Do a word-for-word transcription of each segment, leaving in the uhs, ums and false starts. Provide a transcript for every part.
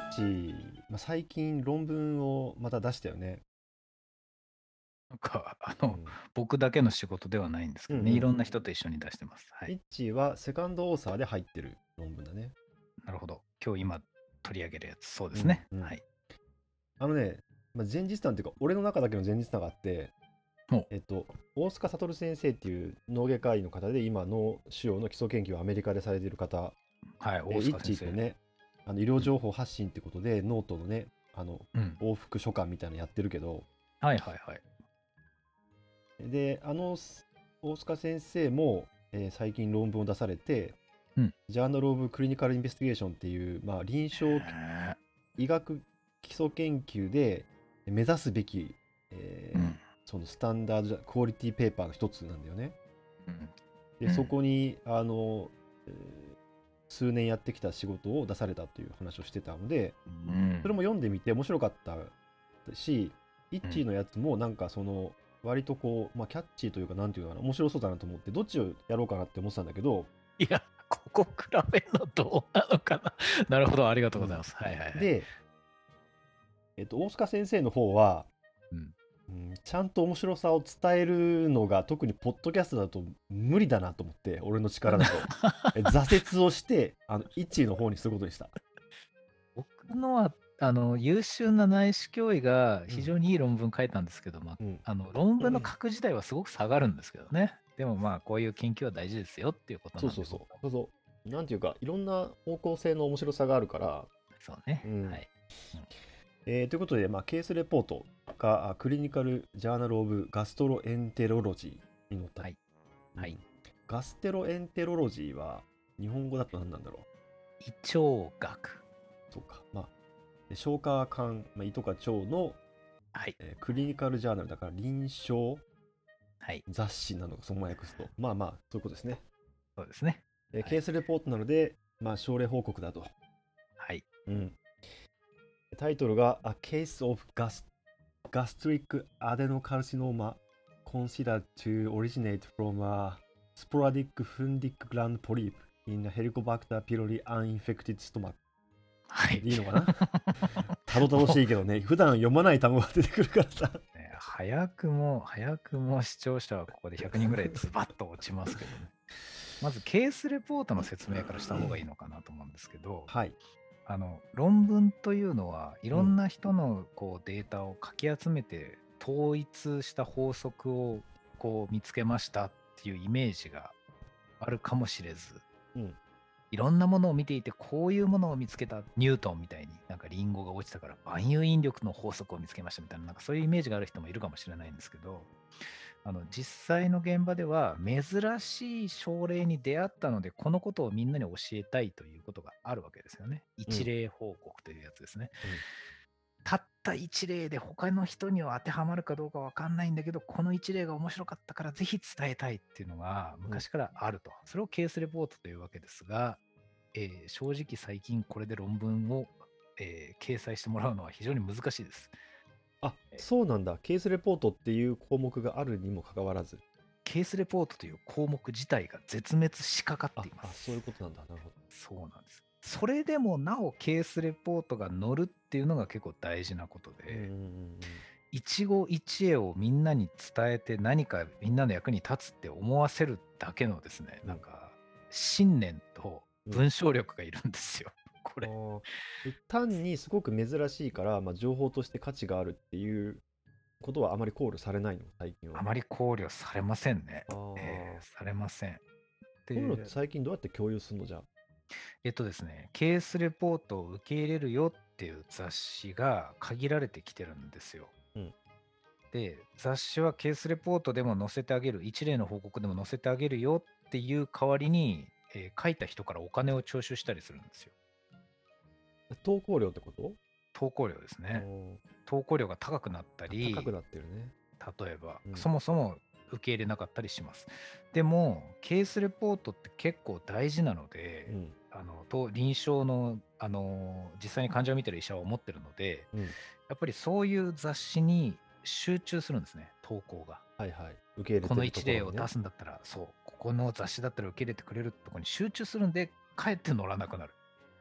チ、まあ、最近論文をまた出したよね。 なんか、あの、 うん。 僕だけの仕事ではないんですけどね、いうんうん。 ろんな人と一緒に出してます。はい。 イッチはセカンドオーサーで入ってる論文だね。 なるほど。今日今取り上げるやつ、そうでうすね。 んうん。 はい。 あのね、まあ、前日談っていうか、俺の中だけの前日談があって、 もえっと、大塚悟先生っていう脳外科医の方で、今、脳腫瘍の基礎研究をアメリカでされている方、 う、はい、 えーイッ大塚先生。 チとね、あの医療うん。 情報発信ってことで、ノートのね、あのうん。 往復書簡みたいなのやってるけど、 はいはいはい。 で、あの大塚先生も、えー最近論文を出されて、 うん。 ジャーナル・オブ・クリニカル・インベスティゲーションっていう、まあ、臨床へえ。 医学基礎研究で目指すべき、えーうん。 そのスタンダードクオリティペーパーの一つなんだよね。 うん。 で、そうん。 こにあの、えー数年やってきた仕事を出されたという話をしてたので、 うん。 それも読んでみて面白かったし、イッうん。 チーのやつもなんかその割とこう、まあ、キャッチーというか、なんていうのかな、面白そうだなと思って、どっちをやろうかなって思ってたんだけど、 いや、ここ比べるのどうなのかな。なるほど、ありがとうん、 うございます。はいはいはい。 で、えっと、大塚先生の方は、 うん。 うん、ちゃんと面白さを伝えるのが特にポッドキャストだと無理だなと思って、俺の力だと。え挫折をしてあのいちいの方にすることにした。 僕のは、あの、優秀な内視鏡医がうん非常にいい論文書いたんですけど、まあ、 うんあの、論文の格自体はすごく下がるんですけどね。でもまあ、こういう研究は大事ですよっていうことなんで、 そうそうそう僕は。 そうそう、なんていうかいろんな方向性の面白さがあるから、 そうね。 うん。 はい。うん。 えーということで、まあ、ケースレポートがあクリニカル・ジャーナル・オブ・ガストロエンテロロジーに載った。 はい。 うん、 はい。 ガステロエンテロロジーは日本語だと何なんだろ胃腸学。 う。そうか。まあ、で消化管、まあ、胃とか腸の、 はい。 えークリニカルジャーナルだから臨床はい。 雑誌なのか、そのまま訳すと。まあまあ、そういうことですね。 そうですね。 えーはい。 ケースレポートなので、まあ、症例報告だと。 はい。 うん。タイトルが A Case of Gas Gastric Adenocarcinoma Considered to Originate from a Sporadic Fundic Gland Polyp in a Helicobacter pylori Uninfected Stomach。 はい。 でいいのかな。たどたどもしいけどね、普段読まない単語が出てくるからさ。 う、ね、早くも、早くも視聴者はここでひゃくにんぐらいズバッと落ちますけどね。まず、ケースレポートの説明からした方がいいのかなと思うんですけど、 はい。 あの論文というのはいうん。 ろんな人のこうデータをかき集めて統一した法則をこう見つけましたっていうイメージがあるかもしれず、 うん。 いろんなものを見ていてこういうものを見つけた、ニュートンみたいになんかリンゴが落ちたから万有引力の法則を見つけましたみたいな、なんかそういうイメージがある人もいるかもしれないんですけど、あの実際の現場では珍しい症例に出会ったので、このことをみんなに教えたいということがあるわけですよね。 うん。 一例報告というやつですね。 うん。 たった一例で他の人には当てはまるかどうかわかんないんだけど、この一例が面白かったからぜひ伝えたいっていうのがうん。 昔からあると。それをケースレポートというわけですが、えー正直最近これで論文を、えー掲載してもらうのは非常に難しいです。 あ、 えーそうなんだ。ケースレポートっていう項目があるにもかかわらず。 ケースレポートという項目自体が絶滅しかかってあ、 いまあ、そういうす。 ことなんだ。なるほど。 そうなんです。それでもなおケースレポートが載るっていうのが結構大事なことうんうんうで、 ん一期一会をみんなに伝えて何かみんなの役に立つって思わせるだけのですね、 うん。 なんか信念とうん。うん。 文章力がいるんですよ。これ。 あーで単にすごく珍しいから、まあ、情報として価値があるっていうことはあまり考慮されないの、最近は。 あまり考慮されませんね。 ああ、 えーされません。 こういうのってで、 最近どうやって共有するのじゃあ。 えっとですね、ケースレポートを受け入れるよっていう雑誌が限られてきてるんですよ。 うん。 で、雑誌はケースレポートでも載せてあげる、一例の報告でも載せてあげるよっていう代わりに、えー書いた人からお金を徴収したりするんですよ。 投稿料ってこと？ 投稿料ですあね。 ー投稿料が高くなったあ、高くり、 なってるね。 例えば、 うん。 そもそも受け入れなかったりします。でも、ケースレポートって結構大事なので、 うん。 あのと臨床の、あの実際に患者を見てる医者は思ってるので、 うん。 やっぱりそういう雑誌に集中するんですね、投稿が。 はいはい。受け入れこのてると一例を出ころにね。 すんだったら、そう、ここの雑誌だったら受け入れてくれるところに集中するんで、かえって乗らなくなる。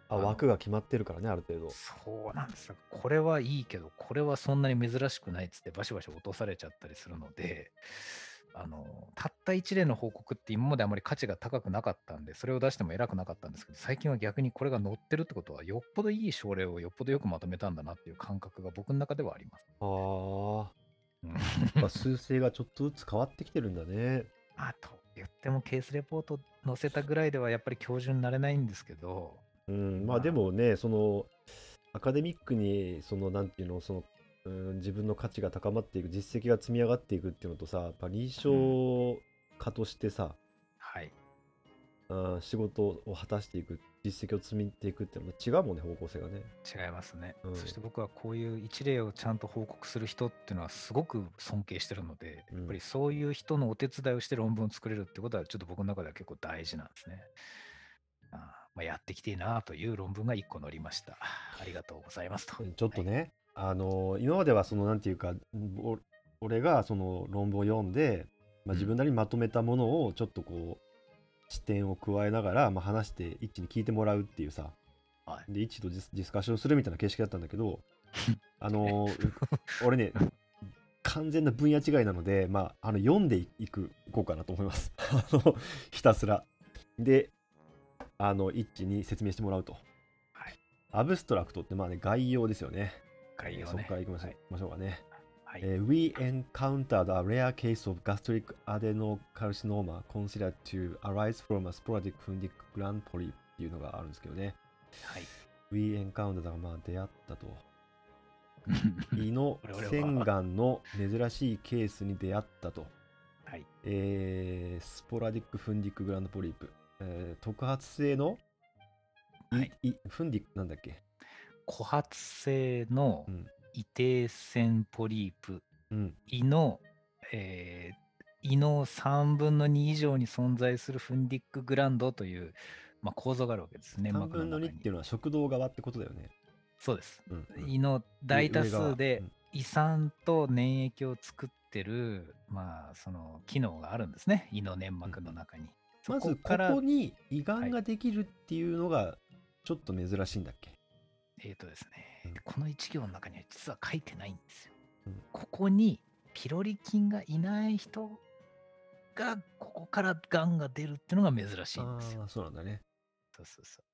あ、 あの、 枠が決まってるからね、ある程度。 そうなんですよ。これはいいけど、これはそんなに珍しくないっつってバシバシ落とされちゃったりするので、あの、たった一例の報告って今まであまり価値が高くなかったんで、それを出しても偉くなかったんですけど、最近は逆にこれが載ってるってことは、よっぽどいい症例をよっぽどよくまとめたんだなっていう感覚が僕の中ではあります。 ああ、 うん。 やっぱ数勢がちょっとずつ変わってきてるんだね。 まあ、と言ってもケースレポート載せたぐらいではやっぱり教授になれないんですけど、 うん、まあでまあ、 もね、その、アカデミックに、その、なんていうの、その、うん、自分の価値が高まっていく、実績が積み上がっていくっていうのとさ、やっぱ臨うん、 床家としてさ、 はい。 うん、仕事を果たしていく、実績を積みていくっていうのは違うもんね、方向性がね。 違いますね。 うん、 そして僕はこういう一例をちゃんと報告する人っていうのはすごく尊敬してるので、やっうん。 ぱりそういう人のお手伝いをして論文を作れるってことはちょっと僕の中では結構大事なんですね。あーまあ、やってきていいなという論文がいっこ載りました。ありがとうございますと。 ちょっはい。 とね、あの今まではその、なんていうか、お俺がその論文を読んで、まあ、 うん。 自分なりにまとめたものをちょっとこう、視点を加えながら、まあ、話して一気に聞いてもらうっていうさ、 はい。 で、一度ディスディスカッションするみたいな形式だったんだけど、あのう俺ね、完全な分野違いなので、まあ、あの読んでいくいこうかなと思います。あのひたすら。で、あの一気に説明してもらうと。 はい。 アブストラクトってまあね、概要ですよね。えーそこか概要ね。 らいきましょうはい。 ましょうかね。 はい。 えー We encountered a rare case of gastric adenocarcinoma considered to arise from a sporadic fundic gland polyp っていうのがあるんですけどね。 はい。 We encountered がまあ出会ったと。胃の我々 腺は、 がんの珍しいケースに出会ったと。 はい。 えースポラディックフンディックグランドポリープ。えー特発性のいはい。 いフンディックなんだっけ。 枯発性のうん。 異底線ポリープ、 うん。 胃の、えー胃のさんぶんのに以上に存在するフンディックグランドという、まあ、構造があるわけです。粘 3 膜の分のにっ中に。 ていうのは食道側ってことだよね。 そうです。 うんうん。 胃の上大多上側。う数でん、 胃酸と粘液を作ってる、まあ、その機能があるんですね。胃の粘うんうん、 膜の中に。そまずここから、 こに胃がんはい。 ができるっていうのがちょっと珍しいんだっけ。 えーとですうんね、この一行の中には実は書いてないんですよ。 うん、 ここにピロリ菌がいない人が、ここからがんが出るっていうのが珍しいんですよ。 ああ、そうなんだね。 そうそうそう。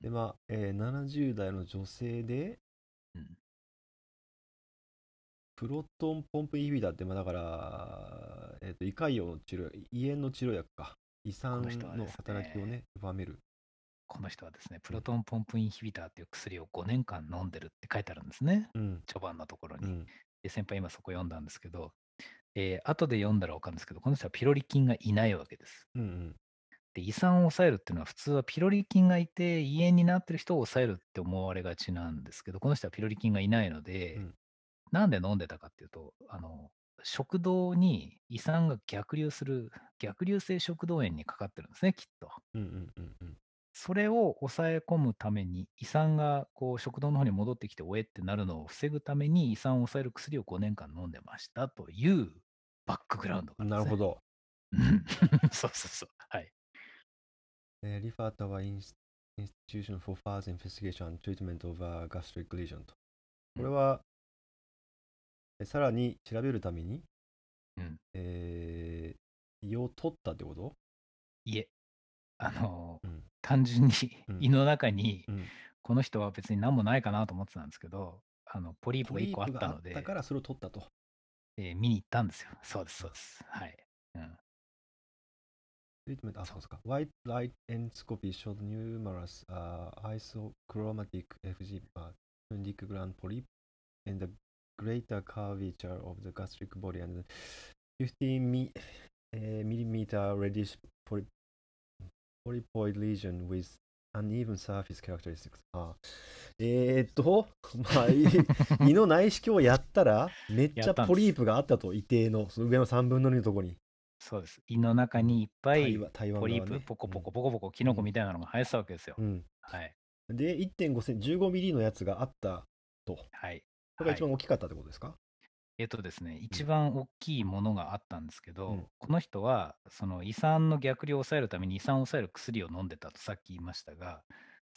で、まあ、えーななじゅう代の女性で、 うん。 プロトンポンプインヒビターって、まあ、だから、えーと、胃潰瘍の治療、胃炎の治療薬か。胃この人は酸のですね、 働きをね、弱める。 この人はですね、プうん。 ロトンポンプインヒビターっていう薬をごねんかん飲んでるって書いてあるんですね。 うん。 序盤のところに。 うん。 で、先輩今そこ読んだんですけど、えー後で読んだらわかるんですけど、この人はピロリ菌がいないわけです。 うん。うん。 で、胃酸を抑えるっていうのは普通はピロリ菌がいて胃炎になってる人を抑えるって思われがちなんですけど、この人はピロリ菌がいないので、 うん。 なんで飲んでたかっていうと、あの、食道に胃酸が逆流する、逆流性食道炎にかかってるんですね、きっと。 うん。うん。うん。うん。 それを抑え込むために、胃酸がこう食道の方に戻ってきて、おえってなるのを防ぐために、胃酸を抑える薬をごねんかん飲んでましたというバックグラウンドがあるんですね。 なるほど。 うんそうそうそう。はい。 えー、リファータはインス Institution for Further Investigation and Treatment of a Gastric Lesion と。 うん。 これは、えさらに調べるために、 うん。 えー胃を取ったってこと。 いえ、あの、 うん。 単純にうん。 胃の中に、 うん。 この人は別に何もないかなと思ってたんですけど、あの、ポリープポがいっこあっリープがあったので、 たからそれを取ったと。 えー見に行ったんですよ。そうです、そうです。はい。うん。 トリートメント、あ、そそう。 うかそうか。White light endoscopy showed numerous uh, isochromatic エフジー、uh, fundic gland polyp and the greater curvature of the gastric body and fifty mi- えー millimeter reddish poly- polypoid lesion with uneven surface characteristics. あえーっと、まあ、い胃の内視鏡をやったら、めっちゃポリーやったんです。 プがあったと、胃底の、その上のさんぶんのにのとこに。 そうです。胃のうん、 中にいっぱい台湾、台ポリープ、 湾側ね。 ポコうん。 ポコポコポコキうん。 ノコみたいなのが生えてたわけですよ。 うん。 はい。 で、いってんごセンチ、じゅうごミリのやつがあったと。こはい。 れがはい。 一番大きかったってことですか。 えっとですね、 うん。 一番大きいものがあったんですけうん。 ど、この人は、その胃酸の逆流を抑えるために胃酸を抑える薬を飲んでたとさっき言いましたが、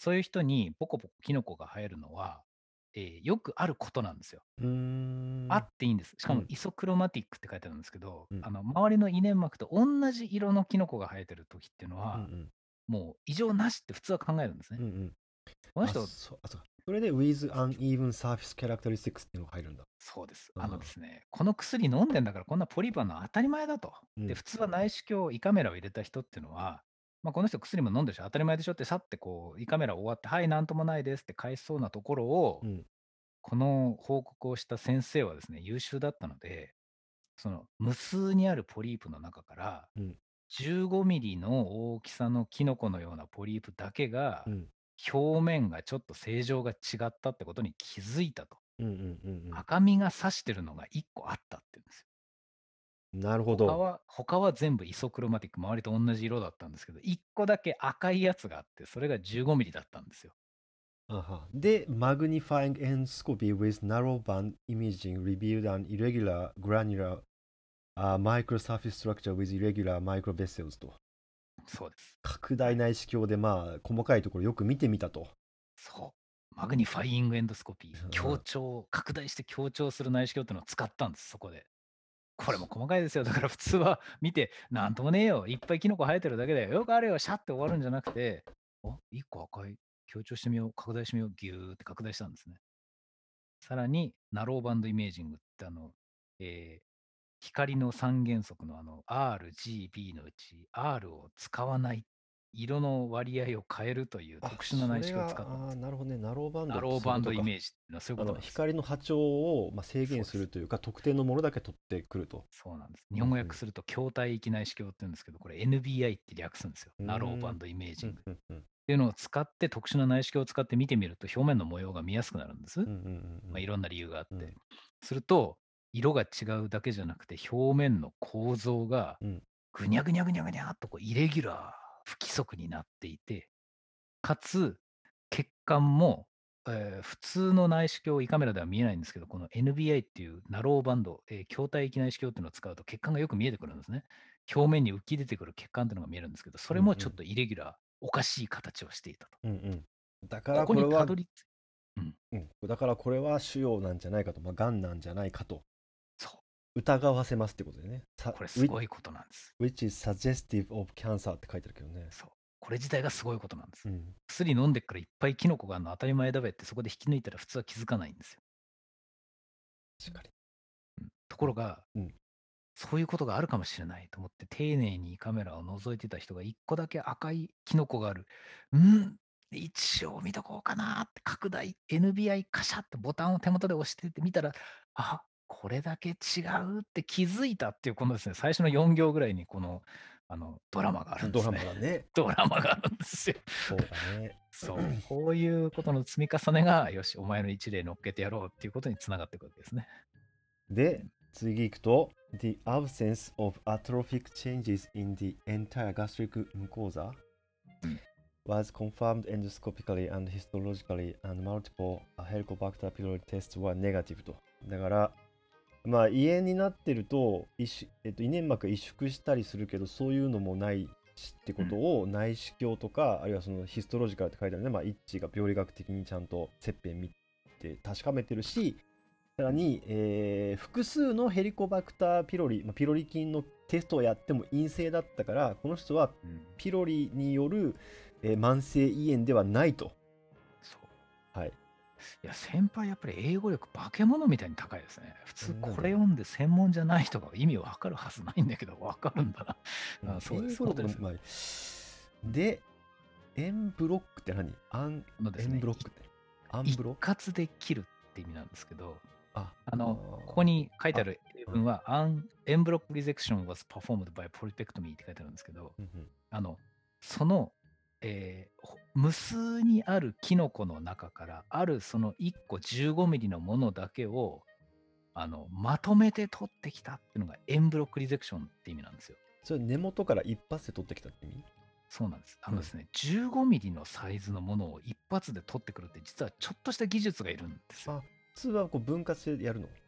そういう人にポコポコキノコが生えるのは、えーよくあることなんですよ。 うーん。 あっていいんです。しかもうん。 イソクロマティックって書いてあるんですけど、 うん。 あの周りの稲膜と同じ色のキノコが生えてる時っていうのは、 うんうん。 もう異常なしって普通は考えるんですね。 うんうん。あ、 この人、 そう、あ、そうか。それで with uneven surface characteristics っていうのが入るんだ。 そうです。あのであすね、この薬飲んでんだからこんなポリープあるの当たり前だと。で、 うん。 普通は内視鏡、胃カメラを入れた人っていうのは、まあ、この人薬も飲んでるし当たり前でしょってさってこう胃カメラ終わって、はい、なんともないですって返しそうなところを、 うん。 この報告をした先生はですね、優秀だったので、その無数にあるポリープの中から、 うん。 じゅうごミリの大きさのキノコのようなポリープだけが、 うん。 表面がちょっと形状が違ったってことに気づいたと。 うんうんうん赤みが差してるのがいっこあったって言うんですよ。 うん。なるほど。 他は他は全部イソクロマティック、周りと同じ色だったんですけど、いっこだけ赤いやつがあって、それがじゅうごミリだったんですよ。 あは。で、magnifying endoscopy with narrowband imaging revealed an irregular granular uh, microsurface structure with irregular microvessels と。 そうです。 拡はい。 大内視鏡でまあ細かいところよく見てみたと。 そう。マグニファイングエンドスコピー、強うん。 調、拡大して強調する内視鏡っていうのを使ったんです、そこで。これも細かいですよ。だから普通は見て、なんともねえよ。いっぱいキノコ生えてるだけだよ。よくあるよ。シャって終わるんじゃなくて、お、いっこ赤い。強調してみよう。拡大してみよう。ギューって拡大したんですね。さらに、ナローバンドイメージングってあの、えー光の三原則のあの アール、ジー、ビー のうち R を使わない、色の割合を変えるというあ、 特殊な内視鏡をそれが、あー使ったんです。 なるほどね。ナローバンドってナローバンそういうことか。 ドイメージっていうのはそういうあの、 ことなんです。 光の波長を、まあ、制限そうです。 するというか、特定のものだけ取ってくると。 そうなんです。日うんうん。 本語訳すると筐体域内視鏡って言うんですけど、これ エヌビーアイ って略すんですよ。 うーナローバん。 ンドイメージング。っうんうんうん。 ていうのを使って、特殊な内視鏡を使って見てみると、表面の模様が見やすくなるんです。 うんうんうんまあ、いろんな理由があっうん。うて。 ん。 すると、色が違うだけじゃなくて、表面の構造がうん。 ぐにゃぐにゃぐにゃぐにゃっとこうイレギュラー、不規則になっていて、かつ、血管も、えー普通の内視鏡、胃カメラでは見えないんですけど、この エヌビーアイ っていうナローバンド、えー筐体域内視鏡っていうのを使うと血管がよく見えてくるんですね。表面に浮き出てくる血管っていうのが見えるんですけど、そうんうん。 れもちょっとイレギュラー、おかしい形をしていたと。 うんうん。だかここにらこれは、 たどり着うん、 うん、だからこれは腫瘍なんじゃないかと、まあ、癌なんじゃないかとそう、 疑わせますってことでね。さこれす which, ごいことなんです。 which is suggestive of cancer って書いてあるけどね。 そう。これ自体がすごいことなんです。 うん。 薬飲んでっからいっぱいキノコがあるの当たり前だべってそこで引き抜いたら普通は気づかないんですよ。 確かうん、とこに。 ろが、 うん。 そういうことがあるかもしれないと思って、丁寧にカメラを覗いてた人がいっこだけ赤いキノコがある。うん、一応見とこうかなって拡大、エヌビーアイ カシャってボタンを手元で押してって見たら、あ、これだけ違うって気づいたっていうこのですね、最初のよん行ぐらいにこの、あの、ドラマがあるんでドラすね。 マがね。 ドラマがあるんですよ。 そうだね。 そう。こういうことの積み重ねが、よし、お前の一例乗っけてやろうっていうことにつながっていくわけですね。 で、次行くと、The absence of atrophic changes in the entire gastric mucosa うん。 was confirmed endoscopically and histologically and multiple Helicobacter pylori tests were negative と。だから、まあ胃炎になってると、萎縮えっと、胃粘膜が萎縮したりするけど、そういうのもないしってことを内視鏡とか、あるいはそのヒストロジカルって書いてあるね、まあ、イッチが病理学的にちゃんと切片見て確かめてるし、さらに、えー複数のヘリコバクターピロリ、まあ、ピロリ菌のテストをやっても陰性だったから、この人はうん。 ピロリによる、えー慢性胃炎ではないと。 そう。 はい。 いや、先輩やっぱり英語力化け物みたいに高いですね。普通なんで、 これ読んで専門じゃない人が意味わかるはずないんだけど、わかるんだな。 うん、 あ、そうです。 英語本当ですよ。 力の、まあ、で、エンブロックって何アン、エあのですね、 ンブロックって。アンい一ブロ括で切るって意味なんですけど、 あ、 あの、 あここに書いてあ、 ある英うん、 文は、アン、エンブロックリゼクション was performed by polypectomy って書いてあるんですけど、 うん、うん。 あの、その、えーほ無数にあるキノコの中から、あるそのいっこじゅうごミリのものだけを、あの、まとめて取ってきたっていうのがエンブロックリゼクションって意味なんですよ。 それ根元から一発で取ってきたって意味そうなんです。あうん。 のですね、じゅうごミリのサイズのものを一発で取ってくるって、実はちょっとした技術がいるんですよ。 あ、普通はこう分割でやるの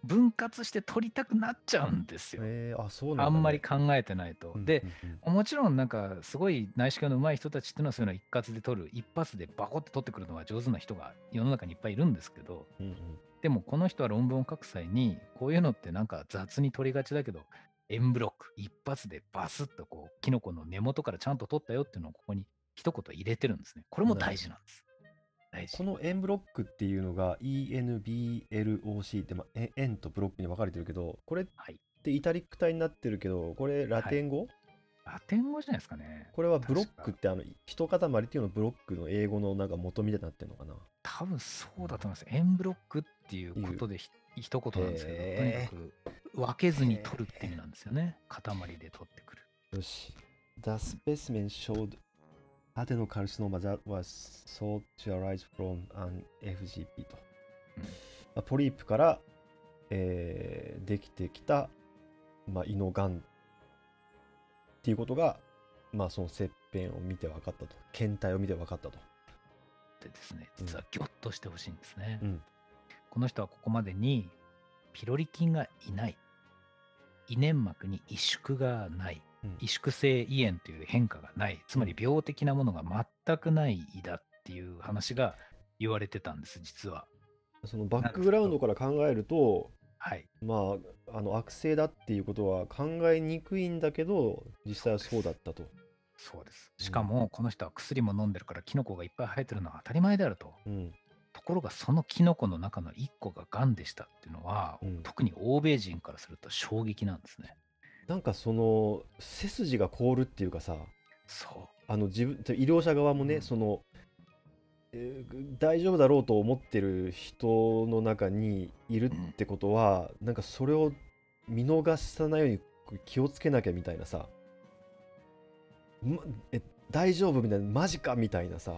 分割して取りたくなっちゃうんですよ。 えー、あ、そうなあんまんだね。 り考えてないと。 うんで、 うんうんもちろんなんかすごい内視鏡の上手い人たちっていうのはそういうのを一括で取る、一発でバコって取ってくるのが上手な人が世の中にいっぱいいるんですけど、 うんうんでもこの人は論文を書く際に、こういうのってなんか雑に取りがちだけど、エンブロック、一発でバスッとこう、キノコの根元からちゃんと取ったよっていうのをここに一言入れてるんですね。これもなるほど。 大事なんです。大こ事。 の円ブロックっていうのが イーエヌビーエルオーシー って、まあ、え円とブロックに分かれてるけど、これっはい。 てイタリック体になってるけど、これラはい。 テン語、 ラテン語じゃないですかね。 これはブロッ確か。 クってあの一塊っていうのブロックの英語のなんか元みたいになってるのかなっ多分そうだと思います。エンブロックっていうていう。 ことでひ一言なんですけど、とにかへく分けえ。 ずに取るって意味へなんですよね。塊で取ってくる。 え。よし。The うん、 specimen showed adenocarcinoma that was thought to arise from an エフジーピー と。 うん、 まあポリープから、えーできてきた、まあ、胃のがんっていうことが、まあ、その切片を見て分かったと。検体を見て分かったと。 でですね、 うん実はギョッとしてほしいんですね。 うんこの人はここまでにピロリ菌がいない。胃粘膜に萎縮がない。 うん萎縮性胃炎という変化がない。つまり病的なものが全くない胃だっていう話が言われてたんです、実は。 そのバッなんでクグラウンドすけど、 から考えると、 はい、 まあ、あの悪性だっていうことは考えにくいんだけど、実際はそうです。 そうだったと。 そうです。 うんしかも、この人は薬も飲んでるから、キノコがいっぱい生えてるのは当たり前であると。 うんところが、そのキノコの中のいっこが癌でしたっていうのは、 うん特に欧米人からすると衝撃なんですね。 なんかその背筋が凍るっていうかさ、 そあの自分医療者側う。 もね、 うん、 その、えー大丈夫だろうと思ってる人の中にいるっうん、 てことは、なんかそれを見逃さないように気をつけなきゃみたいなさ、ま、え大丈夫みたいな、マジかみたいなさ、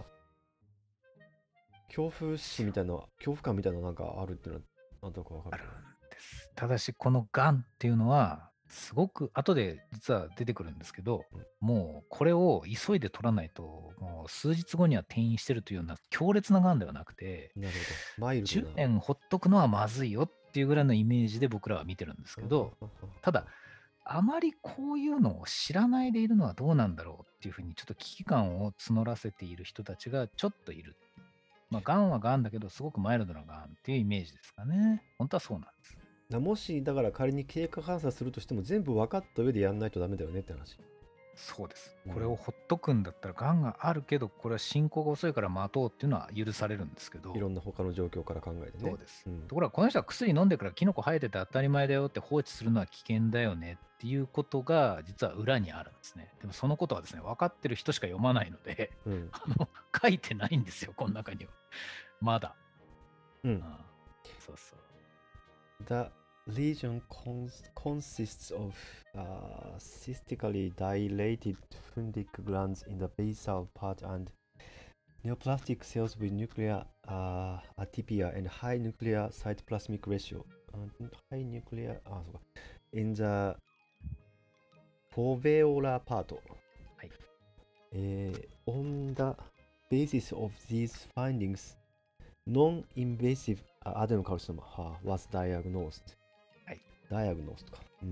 恐怖心みたいな、恐怖感みたいななんかあるっていうのはなんとなくわかるあるんかな。 です。ただし、この癌っていうのは、すごく、後で実は出てくるんですけど、 うんもうこれを急いで取らないと、もう数日後には転移してるというような強烈な癌ではなくて、 なるほど。マイルド 10 な。 年ほっとくのはまずいよっていうぐらいのイメージで僕らは見てるんですけど、ただ、あまりこういうのを知らないでいるのはどうなんだろうっていうふうにちょっと危機感を募らせている人たちがちょっといる。まあ、がんはがんだけど、すごくマイルドながんっていうイメージですかね。本当はそうなんです。 なもしだから仮に経過観察するとしても全部分かった上でやんないとダメだよねって話。 そうです。 うんこれをほっとくんだったら、がんがあるけど、これは進行が遅いから待とうっていうのは許されるんですけど、 いろんな他の状況から考えてね。 そうです。 うんところが、この人は薬飲んでからキノコ生えてて当たり前だよって放置するのは危険だよねっていうことが、実は裏にあるんですね。でもそのことはですね、分かってる人しか読まないので、 うんあの書いてないんですよ、この中には。まだ。 うん。 うん、そうそう。 The lesion cons consists of uh, cystically dilated fundic glands in the basal part and neoplastic cells with nuclear uh, atypia and high nuclear cytoplasmic ratio. Uh, high nuclear, あ、そうか。In the foveolar part. はい。 えー on the basis of these findings, non-invasive adenocarcinoma was diagnosed. はい。 diagnosed か。うん。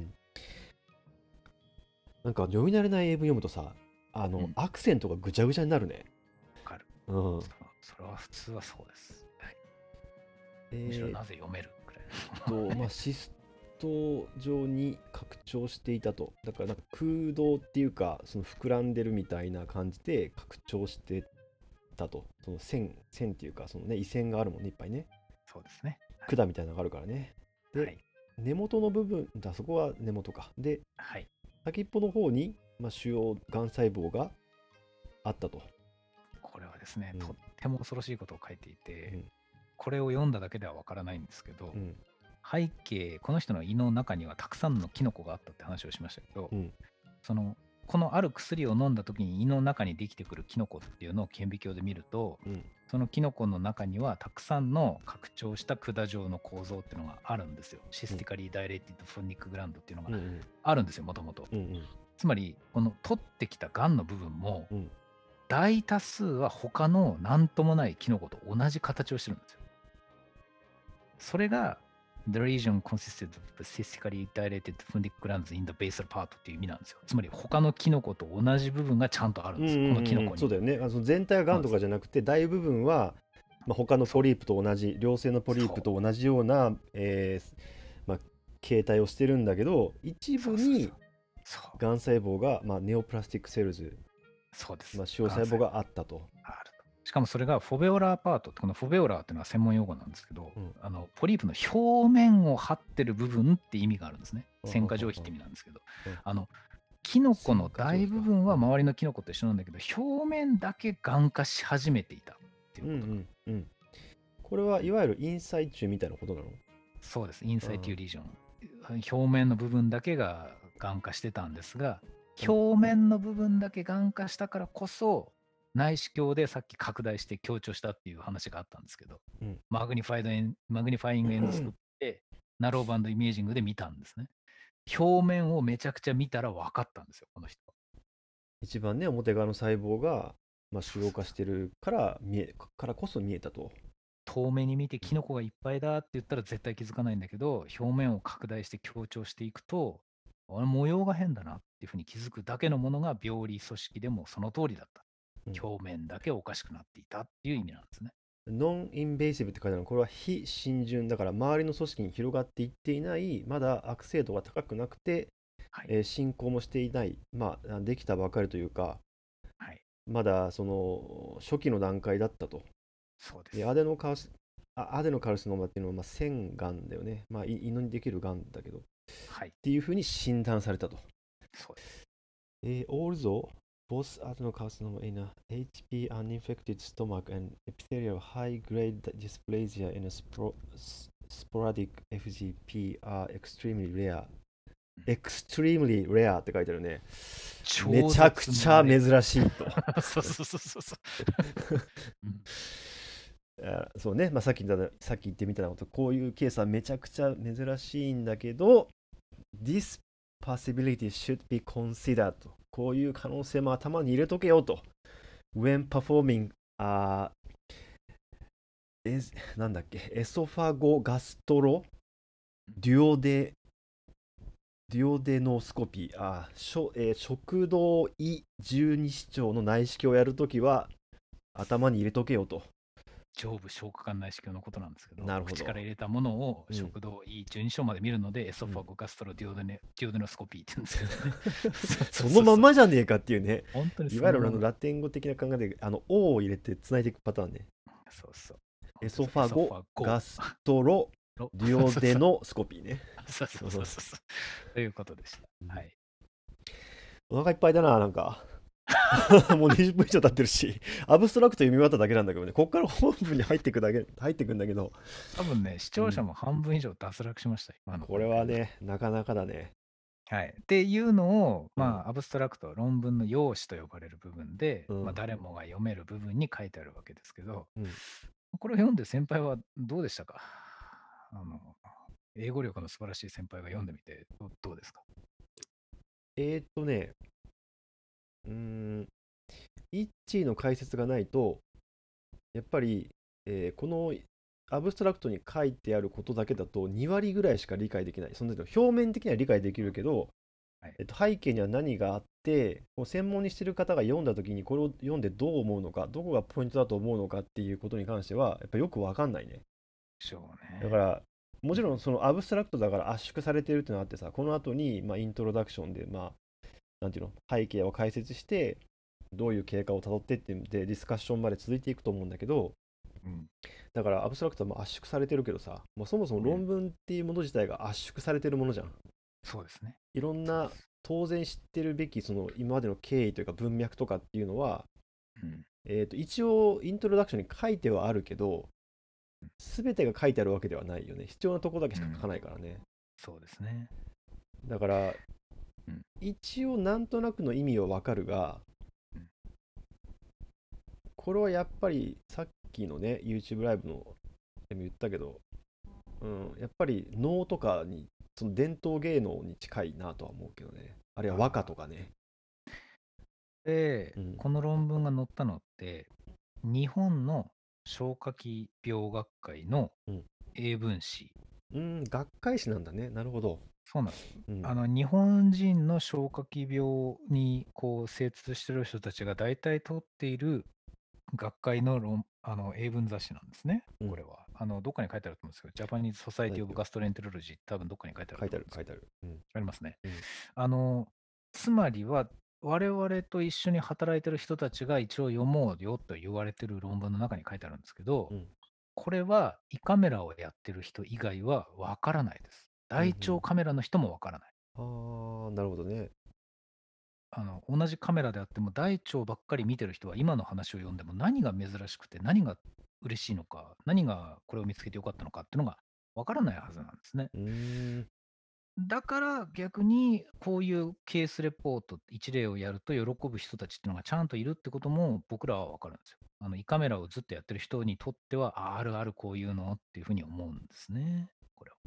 なんか読み慣れない英文読むとさ、あの、 うん、 アクセントがぐちゃぐちゃになるね。 わかる。 うん。 そそれは普通はそうです。はい、むしろえなぜ読めるくらいー、と、まあ、シスト状に拡張していたと。だからなんか空洞っていうか、その膨らんでるみたいな感じで拡張してたと。その線、線っていうか、そのね、胃線があるもんね、いっぱいね。 そうですね。 管みたいなのがあるからね。で、 はい。 根元の部分だ、そこは根元か。で、 はい。 先っぽの方に、まあ、主要がん細胞があったと。 これはですね、 うんとっても恐ろしいことを書いていて、 うんこれを読んだだけではわからないんですけど、 うん背景、この人の胃の中にはたくさんのキノコがあったって話をしましたけど、 うんその、このある薬を飲んだ時に胃の中にできてくるキノコっていうのを顕微鏡で見ると、 うんそのキノコの中にはたくさんの拡張した管状の構造っていうのがあるんですよ。システィカリー・ダイレイティッド・フォニック・グランドっていうのがうんうんあるんですよ、もともと。 うんうんつまり、この取ってきたがんの部分も、 うん大多数は他の何ともないキノコと同じ形をしてるんですよ。それが The region consisted of cystically dilated fundic glands in the basal part っていう意味なんですよ。つまり他のキノコと同じ部分がちゃんとあるんうんですよ。このキノうんうん、 コにも。 そうだよね。あのその全体ががんとかじゃなくて、大部分は、まあ、他のそうポリープと同じ、良性のポリープそうと同じような、えーまあ、形態をしてるんだけど、一部にそうそうそう。そうがん細胞が、まあ、ネオプラスティックセルズ、 そうです。 まあ、腫瘍細胞があったと。 あると。しかもそれがフォベオラーパート、このフォベオラーっていうのは専門用語なんですけど、 うんあのポリープの表面を張ってる部分って意味があるんですね。 うん線化上皮って意味なんですけどうん、 あのキノコの線化上皮か大部分は周りのキノコと一緒なんだけど、表面だけがん化し始めていたっていううんうことなんんうん。これはいわゆるインサイチューみたいなことなの？ そうです。インサイティリージョン。表面の部分だけががん化してたんですが、表面の部分だけがん化したからこそ、内視鏡でさっき拡大して強調したっていう話があったんですけど、 うんマグニファイドエンマグニファイングエンドスコープで、ナローバンドイメージングで見たんですね。表面をめちゃくちゃ見たら分かったんですよ、この人は。 一番ね、表側の細胞が、まあ、主要化してるから見えからこそ見えたと。 遠目に見てキノコがいっぱいだって言ったら絶対気づかないんだけど、表面を拡大して強調していくと、あれ模様が変だなっていうふうに気づくだけのものが病理組織でもその通りだった。 うん表面だけおかしくなっていたっていう意味なんですね。 ノンインベーシブって書いてあるのは、これは非浸潤だから、周りの組織に広がっていっていない、まだ悪性度が高くなくて、 はい。 えー進行もしていない、まあ、できたばかりというか、 はい。 まだその初期の段階だったと。 そうです。 でアデノカルスあアデノカルシノーマっていうのは、まあ、腺がんだよね。まあ、い胃にできるがんだけど。っはい。 ていうふうに診断されたと。 そうです。 えー、although both adenocarcinoma in a H P uninfected stomach and epithelial high-grade dysplasia in a spro- s- sporadic F G P are extremely rare. extremely rare って書いてあるね。めちゃくちゃ珍しいと。 そうそうそうそうそう。うんあそうね、まあ、さっき言ったさっき言ってみたようなこと、こういうケースはめちゃくちゃ珍しいんだけど、This possibility should be considered と。こういう可能性も頭に入れとけよと。When performing、uh, えなんだっけ、エソファゴガストロデュオデデュオデノスコピー、あしょ、えー食道胃十二指腸の内視鏡をやるときは頭に入れとけよと。 上部消化管内視鏡のことなんですけど、 なるほど口から入れたものをうん食道、胃、十二章まで見るので、エソファゴガストロデュオデネ、デュオデノスコピーって言うんですけどね。 そのままじゃねえかっていうね。 本当にいわゆるあそのままのラテン語的な考えで、あの O を入れてつないでいくパターンね。 そうそう。 エソファゴエソファゴガストロロデュオデノスコピーね。 そうそうそうそうそう。ということでした。はい。 お腹いっぱいだな、なんか。もうにじゅっぷん以上経ってるし、アブストラクト読み終わっただけなんだけどね、こっから本文に入っていくだけ、入っていくんだけど、 多分ね、視聴者も半分以上脱落しました、今のこれはね、なかなかだね。 はい。っていうのを、 うんまあ、アブストラクト、論文の要旨と呼ばれる部分で、 うんまあ、誰もが読める部分に書いてあるわけですけど、 うんこれを読んで先輩はどうでしたか？あの、英語力の素晴らしい先輩が読んでみてどうどうですか？ えーっとね、うーん、イッチーの解説がないと、やっぱり、えーこのアブストラクトに書いてあることだけだとに割ぐらいしか理解できない。その表面的には理解できるけど、 はいえっと、背景には何があって、こう専門にしてる方が読んだ時にこれを読んでどう思うのか、どこがポイントだと思うのかっていうことに関しては、やっぱよくわかんないね。 でしょうね。 だから、もちろんそのアブストラクトだから圧縮されてるっていうのがあってさ、この後に、まあ、イントロダクションで、まあ、なんていうの、背景を解説して、どういう経過をたどってってで、ディスカッションまで続いていくと思うんだけど、 うん、 だからアブストラクトはもう圧縮されてるけどさ、もうそもそも論文っていうもの自体が圧縮されてるものじゃん。 そうですね。 いろんな当然知ってるべきその今までの経緯というか文脈とかっていうのは、 うん、 えー、と一応イントロダクションに書いてはあるけど、全てが書いてあるわけではないよね。必要なとこだけしか書かないからね。 そうですね。 だから、 うん一応なんとなくの意味はわかるが、 うんこれはやっぱりさっきのね、YouTube ライブのでも言ったけど、うん、やっぱり能とかに、その伝統芸能に近いなとは思うけどね。あるいは和歌とかね。 で、 うんこの論文が載ったのって、日本の消化器病学会のうん英文誌うん、学会誌なんだね。なるほど。 そうなんです。 うん。 あの日本人の消化器病にこう精通してる人たちが大体取っている学会の論あの英文雑誌なんですね、 うん。 これは。あのどっかに書いてあると思うんですけど、ジャパニーズ・ソサイティ・オブ・最強。 ガストレンテロロジー、多分どっかに書いてある書いてある、 と思うんですけど、 書いてある。うん。 ありますね。 うん。 あの、つまりは、我々と一緒に働いてる人たちが一応読もうよと言われてる論文の中に書いてあるんですけど、 うん。 これは胃カメラをやってる人以外はわからないです。 うん。う大腸ん。 カメラの人もわからない。 ああ、なるほどね。 あの同じカメラであっても大腸ばっかり見てる人は今の話を読んでも何が珍しくて何が嬉しいのか、何がこれを見つけてよかったのかっていうのがわからないはずなんですね。 うーん。 だから逆にこういうケースレポート一例をやると喜ぶ人たちっていうのがちゃんといるってことも僕らはわかるんですよ。あの胃カメラをずっとやってる人にとっては、ああるあるこういうのっていうふうに思うんですね。これは。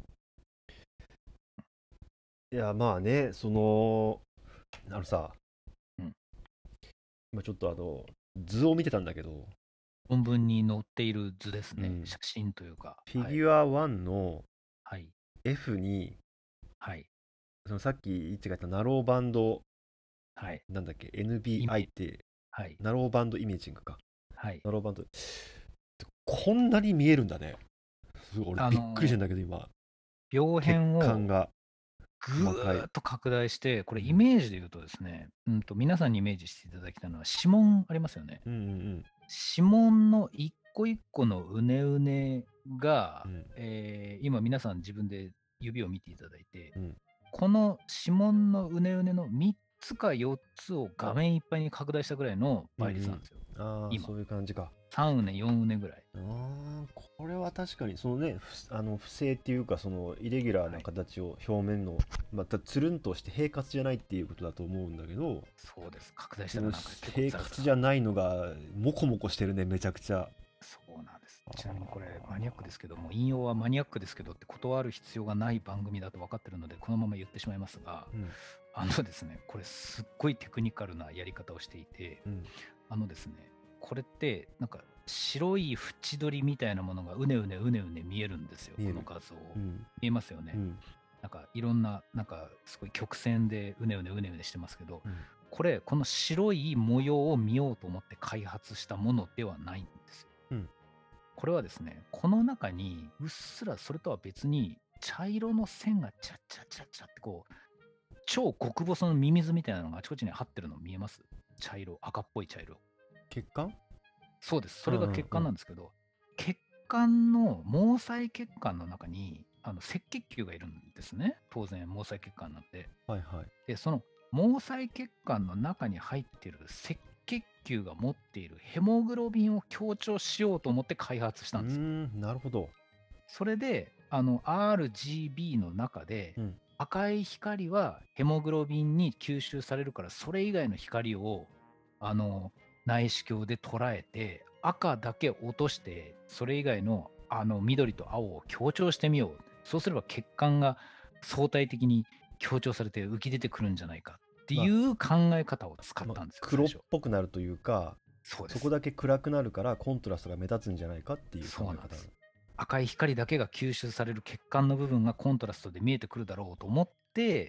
いや、まあね、その、あのさ、 うん。 今ちょっとあの、図を見てたんだけど、 論文に載っている図ですね。 うん。 写真というか。 フィはい。 ギュアワンのはい。 F に、 はい。 そのさっき言ってたナローバンド、 はい。 なんだっけ、 イメエヌビーアイ っージ。 て、 はい。 ナローバンドイメージングか。 はい。 ナローバンド、こんなに見えるんだね。すごい俺あびっくりしてんの、 だけど、今、 病血変を管がぐ細かい。 ーっと拡大して、これイうん。 メージで言うとですね、うんと、皆さんにイメージしていただきたいのは、指紋ありますよね。 うんうん指紋の一個一個のうねうねが、 うん。うん。 えー今皆さん自分で指を見ていただいて、 うん。 この指紋のうねうねのみっつかよっつを画面いっぱいに拡大したぐらいのうんうん。 倍率なんですよ。 ああ、 今。 そういう感じか。 さんうね、よんうねぐらい。 ああ、これは確かに、そのね、ふあの不正っていうか、そのイレギュラーなはい。 形を表面の、またつるんとして平滑じゃないっていうことだと思うんだけど、 そうです。拡大しそのたらなんか結構平ザラザラ。 滑じゃないのが、モコモコしてるね、めちゃくちゃ。 そうなんです。 あちなみにこれマニアックでーすけども、引用はマニアックですけどって断る必要がない番組だと分かってるので、このまま言ってしまいますが、 うんあのですね、これすっごいテクニカルなやり方をしていて、 うんあのですね、これってなんか白い縁取りみたいなものがうねうねうねうね見えるんですよ、 見える。 この画像。 うん見えますよね。 うんなんかいろんな、なんかすごい曲線でうねうねうねうねしてますけど、 うんこれ、この白い模様を見ようと思って開発したものではないんですよ。 うんこれはですね、この中にうっすらそれとは別に茶色の線がチャッチャッチャッチャってこう、超極細のミミズみたいなのがあちこちに張ってるの見えます？茶色、赤っぽい茶色。 血管。 そうです。そうんれが血うんうん。 管なんですけど、血管の毛細血管の中にあの赤血球がいるんですね。当然、毛細血管なんで。 はいはい。 で、その毛細血管の中に入っている赤血球が持っているヘモグロビンを強調しようと思って開発しうーたんですよ。 ん、なるほど。 それで、あの アールジービー の中で、 うん。 赤い光はヘモグロビンに吸収されるから、それ以外の光をあの内視鏡で捉えて、赤だけ落として、それ以外のあの緑と青を強調してみよう。そうすれば血管が相対的に強調されて浮き出てくるんじゃないかってまあ、 いう考え方を使っまあ、 たんですよ、最黒っ初。 ぽくなるというか、 そうです。 そこだけ暗くなるからコントラストが目立つんじゃないかっていう考え方。 そうなんです。赤い光だけが吸収される血管の部分がコントラストで見えてくるだろうと思って、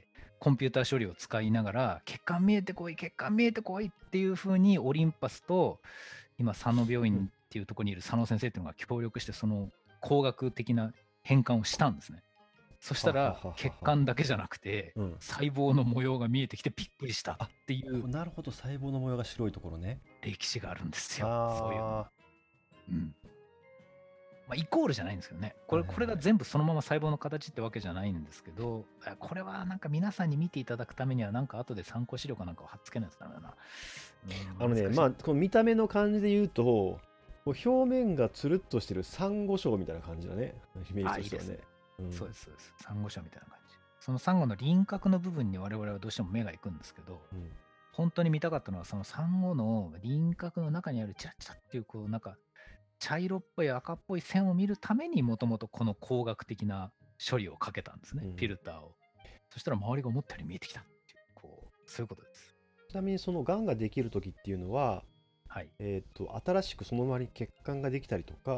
コンピューター処理を使いながら、血管見えてこい、血管見えてこいっていう風にオリンパスと、今、佐野病院うん。 っていうところにいる佐野先生っていうのが協力して、その工学的な変換をしたんですね。そしたら、 はははは血は。 管だけじゃなくて、 うん。 細胞の模様が見えてきてびっくりしたっあ、 ていうこなるほど、細胞の模様が白いところね。 歴史があるんですよ、そういうのは。 あうん。まあ、イコールじゃないんですけどね。 あ、 これ、 はいはいはい。 これが全部そのまま細胞の形ってわけじゃないんですけど、あこれはなんか皆さんに見ていただくためには、なんか後で参考資料かなんかを貼っつけないとダメだな。うーん、 あのね、 難しいな。 まあ、この見た目の感じで言うと、こう表面がつるっとしてるサンゴ礁みたいな感じだね。イメージあ、 としてはね。 いいですね。 うん。 そうです、そうです。サンゴ礁みたいな感じ。そのサンゴの輪郭の部分に我々はどうしても目が行くんですけど、 うん。 本当に見たかったのは、そのサンゴの輪郭の中にあるチラチラっていう、こう、なんか、茶色っぽい赤っぽい線を見るためにもともとこの工学的な処理をかけたんですね、フィうん。 ルターを。そしたら周りが思ったより見えてきたっていう、こう、そういうことです。 ちなみにそのがんができる時っていうのは、 はい。 えっと、新しくその周りに血管ができたりとか、